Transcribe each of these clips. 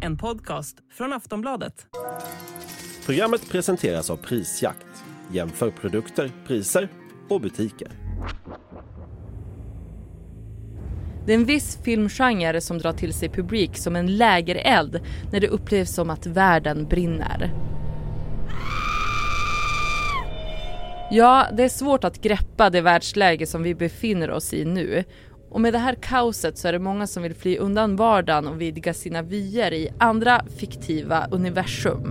en podcast från Aftonbladet. Programmet presenteras av Prisjakt. Jämför produkter, priser och butiker. Det är en viss filmgenre som drar till sig publik som en lägereld när det upplevs som att världen brinner. Ja, det är svårt att greppa det världsläge som vi befinner oss i nu. Och med det här kaoset så är det många som vill fly undan vardagen och vidga sina vyer i andra fiktiva universum.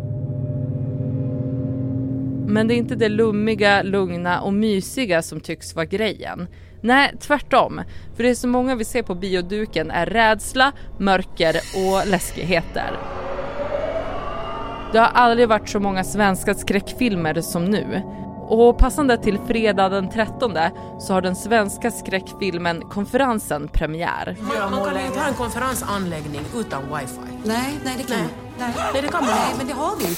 Men det är inte det lummiga, lugna och mysiga som tycks vara grejen. Nej, tvärtom. För det som många vill se på bioduken är rädsla, mörker och läskigheter. Det har aldrig varit så många svenska skräckfilmer som nu. Och passande till fredag den 13 så har den svenska skräckfilmen Konferensen premiär. Man kan ju inte ha en konferensanläggning utan wifi. Nej, det kan Nej, det kan man. Nej, men det har vi.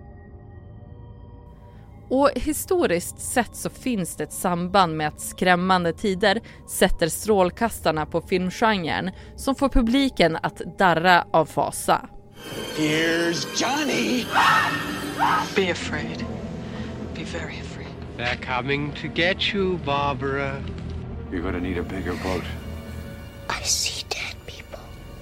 Och historiskt sett så finns det ett samband med att skrämmande tider sätter strålkastarna på filmgenren som får publiken att darra av fasa. Here's Johnny! Be afraid. Be very afraid. They're coming to get you, Barbara. You're gonna need a bigger boat. I see dead people.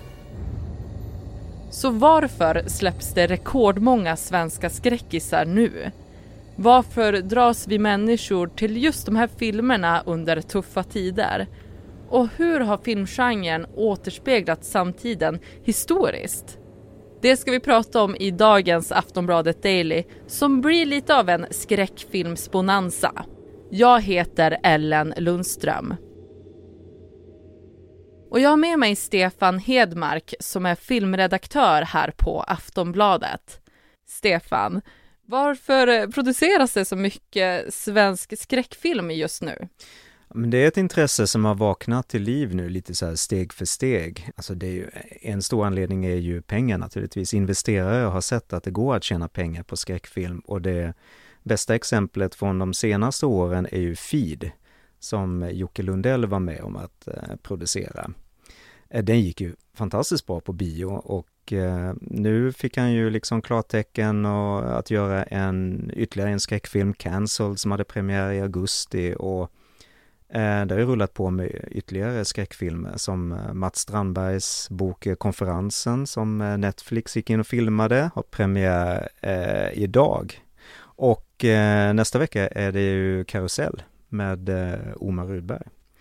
Så varför släpps det rekordmånga svenska skräckisar nu? Varför dras vi människor till just de här filmerna under tuffa tider? Och hur har filmgenren återspeglat samtiden historiskt? Det ska vi prata om i dagens Aftonbladet Daily som blir lite av en skräckfilmsbonanza. Jag heter Ellen Lundström. Och jag har med mig Stefan Hedmark som är filmredaktör här på Aftonbladet. Stefan, varför produceras det så mycket svensk skräckfilm just nu? Men det är ett intresse som har vaknat till liv nu lite så här steg för steg. Alltså det är ju, en stor anledning är ju pengar naturligtvis. Investerare har sett att det går att tjäna pengar på skräckfilm och det bästa exemplet från de senaste åren är ju Feed som Jocke Lundell var med om att producera. Den gick ju fantastiskt bra på bio och nu fick han ju liksom klartecken och att göra ytterligare en skräckfilm, Cancelled, som hade premiär i augusti och det har ju rullat på med ytterligare skräckfilmer som Mats Strandbergs bok Konferensen som Netflix gick in och filmade, har premiär idag. Och nästa vecka är det ju Karusell med Omar Rudberg.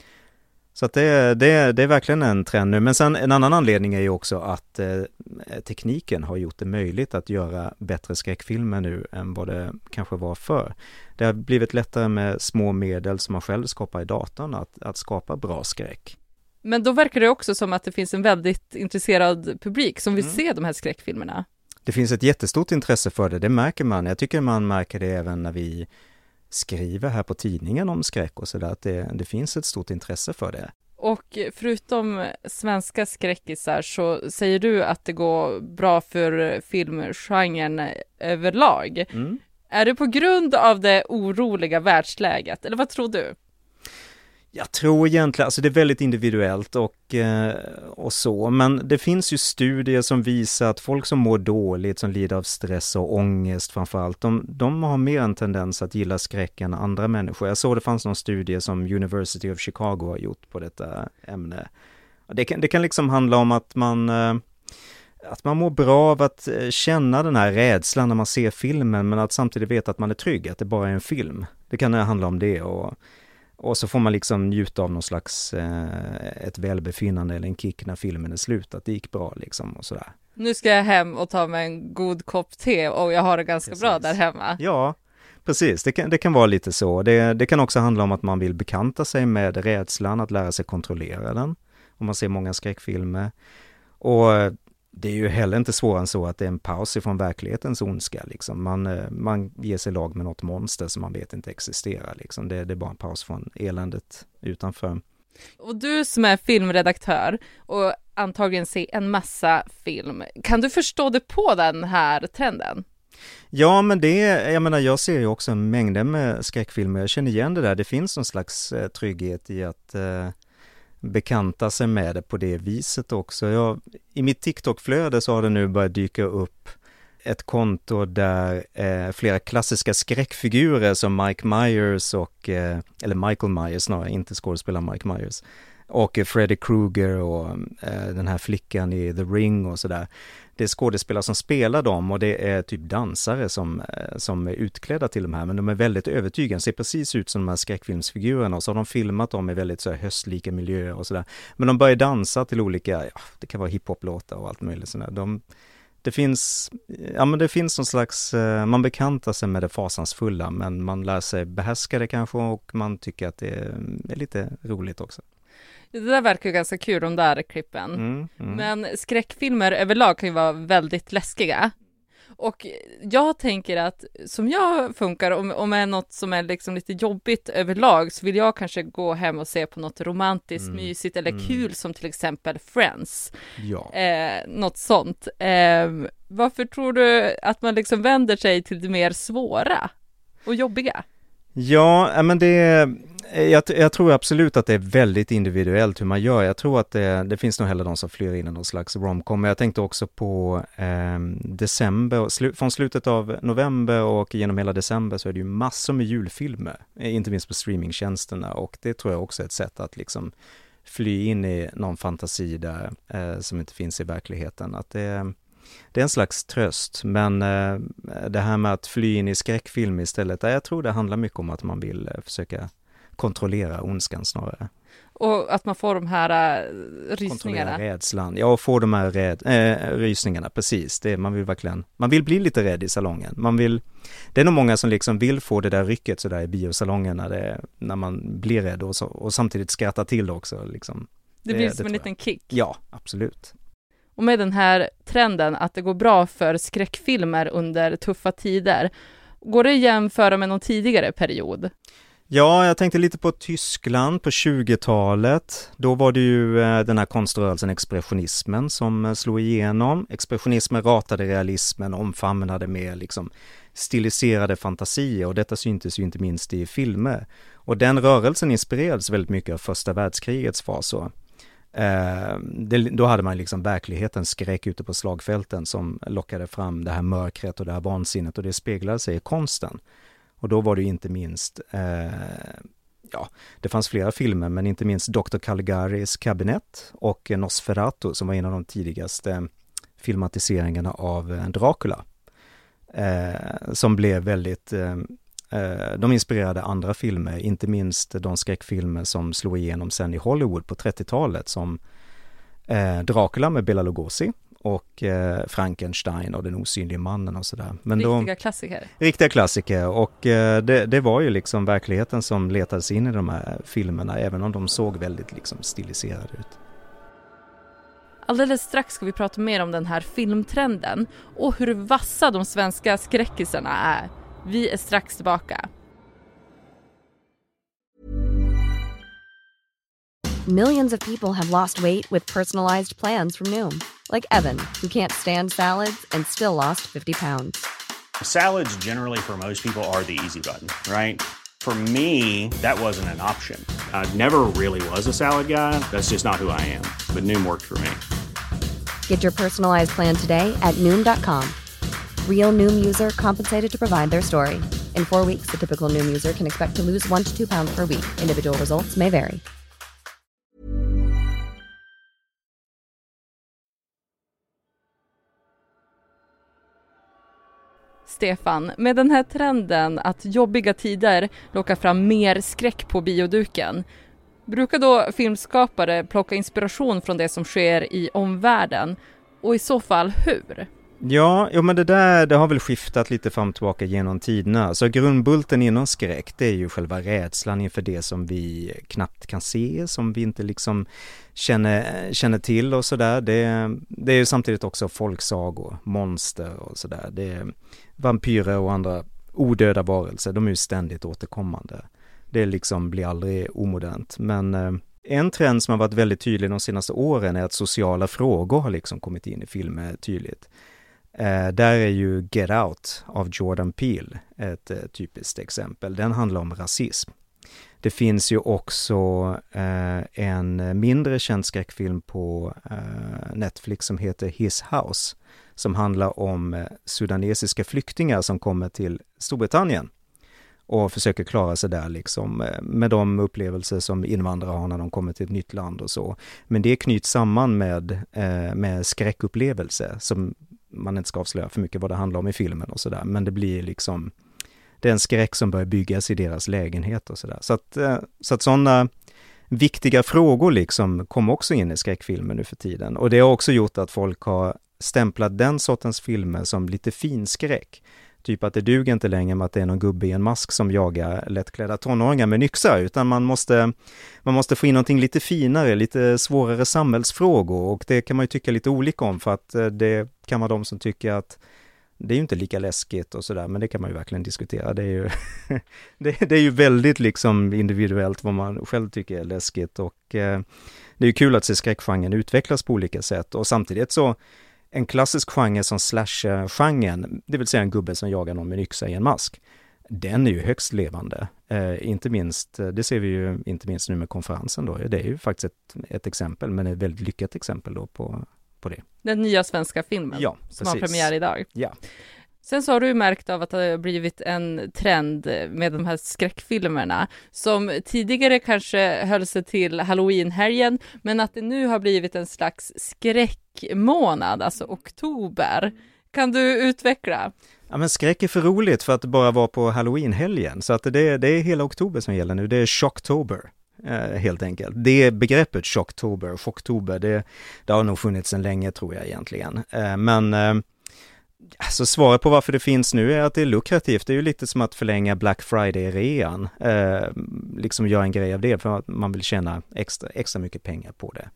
Så att det är verkligen en trend nu. Men sen en annan anledning är ju också att tekniken har gjort det möjligt att göra bättre skräckfilmer nu än vad det kanske var förr. Det har blivit lättare med små medel som man själv skapar i datorn att skapa bra skräck. Men då verkar det också som att det finns en väldigt intresserad publik som vill se de här skräckfilmerna. Det finns ett jättestort intresse för det märker man. Jag tycker man märker det även när vi skriver här på tidningen om skräck och sådär, att det finns ett stort intresse för det. Och förutom svenska skräckisar så säger du att det går bra för filmgenren överlag. Är det på grund av det oroliga världsläget, eller vad tror du? Jag tror egentligen, alltså det är väldigt individuellt och så, men det finns ju studier som visar att folk som mår dåligt, som lider av stress och ångest framförallt, de har mer en tendens att gilla skräck än andra människor. Jag såg det fanns någon studie som University of Chicago har gjort på detta ämne. Det kan liksom handla om att man mår bra av att känna den här rädslan när man ser filmen, men att samtidigt veta att man är trygg, att det bara är en film. Det kan handla om det och så får man liksom njuta av någon slags ett välbefinnande eller en kick när filmen är slut, att det gick bra liksom och sådär. Nu ska jag hem och ta mig en god kopp te och jag har det ganska bra där hemma. Ja, precis. Det kan vara lite så. Det kan också handla om att man vill bekanta sig med rädslan, att lära sig kontrollera den. Om man ser många skräckfilmer. Och det är ju heller inte svårare än så att det är en paus ifrån verklighetens ondska. Liksom. Man ger sig lag med något monster som man vet inte existerar. Liksom. Det är bara en paus från eländet utanför. Och du som är filmredaktör och antagligen ser en massa film, kan du förstå det på den här trenden? Ja, men jag ser ju också mängder med skräckfilmer. Jag känner igen det där. Det finns någon slags trygghet i att bekanta sig med det på det viset också. I mitt TikTok-flöde så har det nu börjat dyka upp ett konto där flera klassiska skräckfigurer som Mike Myers eller Michael Myers snarare, inte skådespelaren Mike Myers, och Freddy Krueger och den här flickan i The Ring och sådär. Det är skådespelare som spelar dem och det är typ dansare som är utklädda till de här, men de är väldigt övertygande, ser precis ut som de här skräckfilmsfigurerna, och så har de filmat dem i väldigt så här höstlika miljöer och sådär. Men de börjar dansa till olika, det kan vara hiphop-låtar och allt möjligt sådär. Det finns någon slags, man bekantar sig med det fasansfulla, men man lär sig behärska det kanske, och man tycker att det är lite roligt också. Det där verkar ju ganska kul, de där klippen. Men skräckfilmer överlag kan ju vara väldigt läskiga. Och jag tänker att som jag funkar, om är något som är liksom lite jobbigt överlag, så vill jag kanske gå hem och se på något romantiskt, mysigt eller kul, som till exempel Friends. Ja. Något sånt. Varför tror du att man liksom vänder sig till det mer svåra och jobbiga? Ja, men jag tror absolut att det är väldigt individuellt hur man gör. Jag tror att det finns nog heller de som flyr in i någon slags romcom. Men jag tänkte också på december, från slutet av november och genom hela december så är det ju massor med julfilmer, inte minst på streamingtjänsterna, och det tror jag också är ett sätt att liksom fly in i någon fantasi där som inte finns i verkligheten. Att det är en slags tröst, men det här med att fly in i skräckfilm istället, jag tror det handlar mycket om att man vill försöka kontrollera ondskan snarare. Och att man får de här rysningarna. Kontrollera rädslan. Ja, och få de här rysningarna, precis. Man vill bli lite rädd i salongen. Det är nog många som liksom vill få det där rycket så där i biosalongen när man blir rädd och samtidigt skrattar till det också. Liksom. Det blir som en liten kick. Ja, absolut. Och med den här trenden att det går bra för skräckfilmer under tuffa tider, går det att jämföra med någon tidigare period? Ja, jag tänkte lite på Tyskland på 20-talet. Då var det ju den här konströrelsen expressionismen som slog igenom. Expressionismen ratade realismen och omfamnade med liksom stiliserade fantasier, och detta syntes ju inte minst i filmer. Och den rörelsen inspirerades väldigt mycket av första världskrigets fasor. Då hade man liksom verklighetens skräck ute på slagfälten som lockade fram det här mörkret och det här vansinnet, och det speglade sig i konsten. Och då var det inte minst, det fanns flera filmer, men inte minst Dr. Caligaris kabinett och Nosferatu som var en av de tidigaste filmatiseringarna av Dracula. Som blev väldigt, de inspirerade andra filmer, inte minst de skräckfilmer som slog igenom sen i Hollywood på 30-talet, som Dracula med Bela Lugosi och Frankenstein och den osynliga mannen och sådär. Riktiga klassiker. Riktiga klassiker, och det var ju liksom verkligheten som letades in i de här filmerna, även om de såg väldigt liksom stiliserade ut. Alldeles strax ska vi prata mer om den här filmtrenden och hur vassa de svenska skräckisarna är. Vi är strax tillbaka. Millions of people have lost weight with personalized plans from Noom. Like Evan, who can't stand salads and still lost 50 pounds. Salads generally for most people are the easy button, right? For me, that wasn't an option. I never really was a salad guy. That's just not who I am. But Noom worked for me. Get your personalized plan today at Noom.com. Real Noom user compensated to provide their story. In 4 weeks, the typical Noom user can expect to lose 1 to 2 pounds per week. Individual results may vary. Stefan, med den här trenden att jobbiga tider lockar fram mer skräck på bioduken, brukar då filmskapare plocka inspiration från det som sker i omvärlden? Och i så fall hur? Ja, men det har väl skiftat lite fram och tillbaka genom tiderna. Så grundbulten inom skräck, det är ju själva rädslan inför det som vi knappt kan se, som vi inte liksom känner till och sådär. Det är ju samtidigt också folksagor, monster och sådär. Det är vampyrer och andra odöda varelser, de är ju ständigt återkommande. Det liksom blir aldrig omodernt. Men en trend som har varit väldigt tydlig de senaste åren är att sociala frågor har liksom kommit in i filmer tydligt. Där är ju Get Out av Jordan Peele ett typiskt exempel. Den handlar om rasism. Det finns ju också en mindre känd skräckfilm på Netflix som heter His House, som handlar om sudanesiska flyktingar som kommer till Storbritannien och försöker klara sig där liksom, med de upplevelser som invandrare har när de kommer till ett nytt land och så. Men det knyts samman med skräckupplevelser som man inte ska avslöja för mycket vad det handlar om i filmen och sådär. Men det blir liksom, det är en skräck som börjar byggas i deras lägenhet och sådär. Så att sådana viktiga frågor liksom kommer också in i skräckfilmer nu för tiden. Och det har också gjort att folk har stämplat den sortens filmer som lite fin skräck. Typ att det duger inte längre med att det är någon gubbe i en mask som jagar lättklädda tonåringar med yxa, utan man måste få in någonting lite finare, lite svårare samhällsfrågor, och det kan man ju tycka lite olika om, för att det kan vara de som tycker att det är ju inte lika läskigt och sådär, men det kan man ju verkligen diskutera. Det är ju, det är ju väldigt liksom individuellt vad man själv tycker är läskigt, och det är ju kul att se skräckgenren utvecklas på olika sätt, och samtidigt så en klassisk genre som slasher-genren, det vill säga en gubbe som jagar någon med yxa i en mask, den är ju högst levande. Inte minst, det ser vi ju inte minst nu med konferensen då. Det är ju faktiskt ett exempel, men ett väldigt lyckat exempel då på det. Den nya svenska filmen som har premiär idag. Ja. Sen så har du märkt av att det har blivit en trend med de här skräckfilmerna som tidigare kanske höll sig till Halloween-helgen, men att det nu har blivit en slags skräckmånad, alltså oktober. Kan du utveckla? Ja, men skräck är för roligt för att det bara var på Halloween-helgen, så att det är hela oktober som gäller nu. Det är Shocktober. Helt enkelt. Det begreppet Shocktober, det har nog funnits sedan länge, tror jag egentligen. Men alltså svaret på varför det finns nu är att det är lukrativt. Det är ju lite som att förlänga Black Friday-rean. Liksom göra en grej av det för att man vill tjäna extra mycket pengar på det.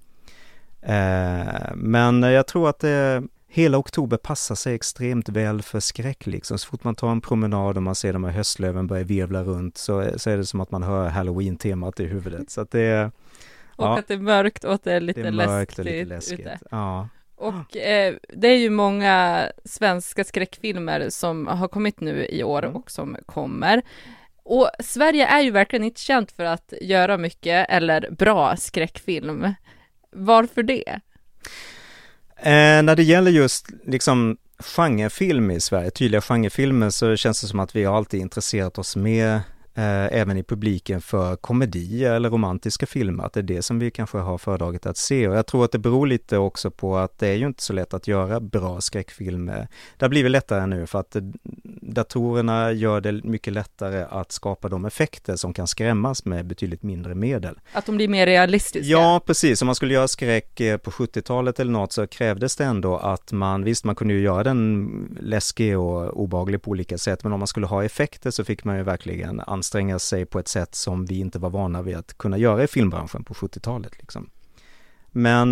Men jag tror att hela oktober passar sig extremt väl för skräck. Liksom. Så fort man tar en promenad och man ser de här höstlöven börja virvla runt, så är det som att man hör Halloween-temat i huvudet. Så att det och att det är mörkt och att det är lite läskigt ute. Ja. Och det är ju många svenska skräckfilmer som har kommit nu i år och som kommer. Och Sverige är ju verkligen inte känt för att göra mycket eller bra skräckfilm. Varför det? När det gäller just liksom genrefilm i Sverige, tydliga genrefilmer, så känns det som att vi har alltid intresserat oss mer även i publiken för komedi eller romantiska filmer, att det är det som vi kanske har föredragit att se, och jag tror att det beror lite också på att det är ju inte så lätt att göra bra skräckfilmer. Det har blivit lättare nu för att datorerna gör det mycket lättare att skapa de effekter som kan skrämmas med betydligt mindre medel. Att de blir mer realistiska? Ja, precis. Om man skulle göra skräck på 70-talet eller något, så krävdes det ändå att man kunde ju göra den läskig och obehaglig på olika sätt, men om man skulle ha effekter så fick man ju verkligen anstränga sig på ett sätt som vi inte var vana vid att kunna göra i filmbranschen på 70-talet. Liksom. Men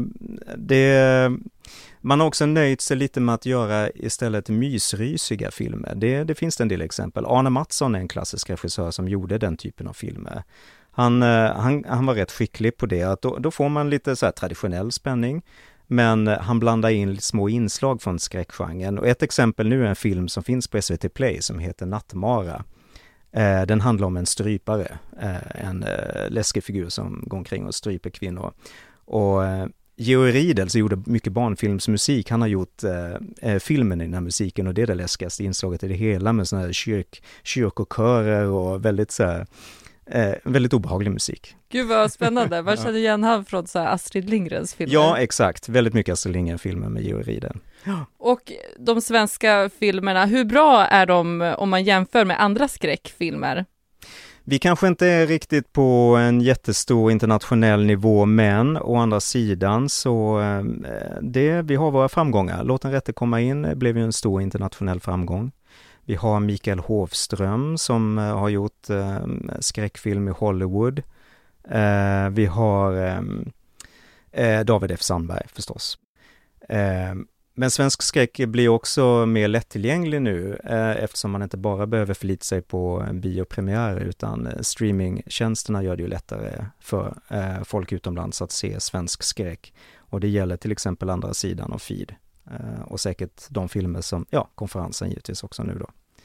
man har också nöjt sig lite med att göra istället mysrysiga filmer. Det finns en del exempel. Arne Mattsson är en klassisk regissör som gjorde den typen av filmer. Han var rätt skicklig på det. Att då får man lite så här traditionell spänning, men han blandar in små inslag från skräckgenren. Och ett exempel nu är en film som finns på SVT Play som heter Nattmara. Den handlar om en strypare, en läskig figur som går omkring och stryper kvinnor. Och Georg Riedel, som gjorde mycket barnfilmsmusik, han har gjort filmen i den här musiken, och det är det läskigaste inslaget i det hela, med såna här kyrkokörer och väldigt så här, väldigt obehaglig musik. Gud vad spännande, vad känner igen han från så här Astrid Lindgrens filmer? Ja, exakt, väldigt mycket Astrid Lindgren-filmer med Georg Riedel. Och de svenska filmerna, hur bra är de om man jämför med andra skräckfilmer? Vi kanske inte är riktigt på en jättestor internationell nivå, men å andra sidan så vi har våra framgångar. Låt den rätte komma in blev ju en stor internationell framgång. Vi har Mikael Hovström som har gjort skräckfilm i Hollywood. Vi har David F. Sandberg förstås. Men svensk skräck blir också mer lättillgänglig nu, eftersom man inte bara behöver förlita sig på en biopremiär, utan streamingtjänsterna gör det ju lättare för folk utomlands att se svensk skräck. Och det gäller till exempel Andra sidan och Feed. Och säkert de filmer som, konferensen givetvis också nu då.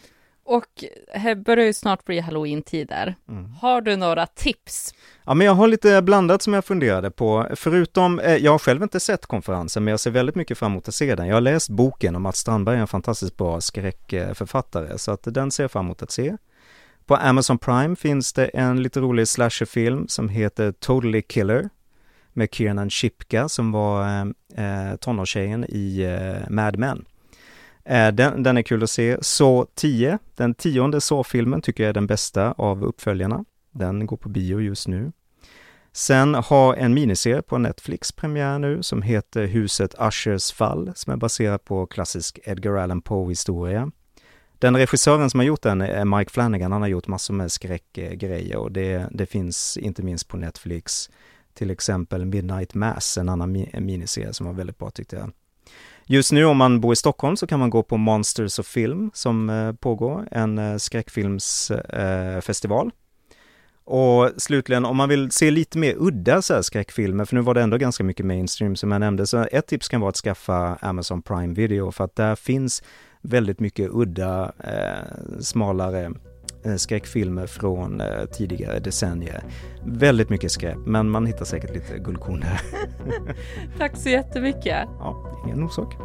Och här börjar ju snart bli Halloween-tider. Har du några tips? Ja, men jag har lite blandat som jag funderade på. Förutom, jag har själv inte sett konferensen, men jag ser väldigt mycket fram emot att se den. Jag har läst boken om att Strandberg är en fantastiskt bra skräckförfattare, så att den ser jag fram emot att se. På Amazon Prime finns det en lite rolig slasherfilm som heter Totally Killer med Kiernan Shipka som var tonårstjejen i Mad Men. Den är kul att se. Så 10, den 10:e Saw-filmen tycker jag är den bästa av uppföljarna. Den går på bio just nu. Sen har en miniserie på Netflix premiär nu som heter Huset Ushers fall, som är baserad på klassisk Edgar Allan Poe-historia. Den regissören som har gjort den är Mike Flanagan. Han har gjort massor med skräckgrejer och det finns inte minst på Netflix. Till exempel Midnight Mass, en annan miniserie som var väldigt bra tyckte jag. Just nu om man bor i Stockholm så kan man gå på Monsters of Film som pågår, en skräckfilmsfestival. Och slutligen om man vill se lite mer udda så här skräckfilmer, för nu var det ändå ganska mycket mainstream som jag nämnde, så ett tips kan vara att skaffa Amazon Prime Video, för att där finns väldigt mycket udda, smalare skräckfilmer från tidigare decennier. Väldigt mycket skräp, men man hittar säkert lite guldkorn där. Tack så jättemycket. Ja, ingen orsak.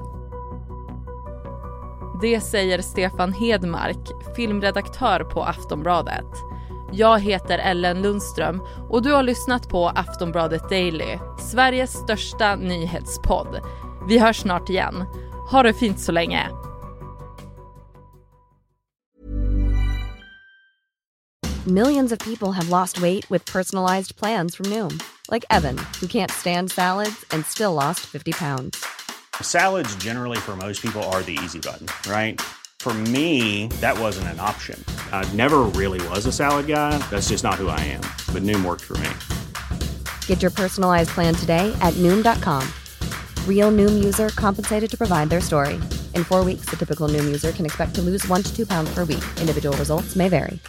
Det säger Stefan Hedmark, filmredaktör på Aftonbladet. Jag heter Ellen Lundström och du har lyssnat på Aftonbladet Daily, Sveriges största nyhetspodd. Vi hörs snart igen. Ha det fint så länge. Millions of people have lost weight with personalized plans from Noom. Like Evan, who can't stand salads and still lost 50 pounds. Salads generally for most people are the easy button, right? For me, that wasn't an option. I never really was a salad guy. That's just not who I am. But Noom worked for me. Get your personalized plan today at Noom.com. Real Noom user compensated to provide their story. In 4 weeks, the typical Noom user can expect to lose 1 to 2 pounds per week. Individual results may vary.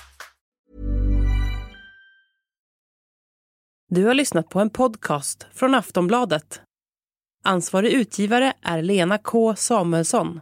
Du har lyssnat på en podcast från Aftonbladet. Ansvarig utgivare är Lena K. Samuelsson.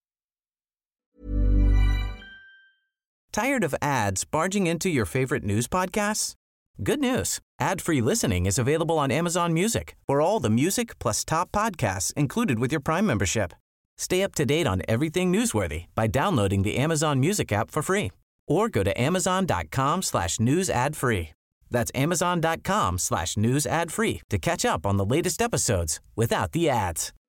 Tired of ads barging into your favorite news podcasts? Good news. Ad-free listening is available on Amazon Music for all the music plus top podcasts included with your Prime membership. Stay up to date on everything newsworthy by downloading the Amazon Music app for free or go to amazon.com/news ad free. That's amazon.com/news ad free to catch up on the latest episodes without the ads.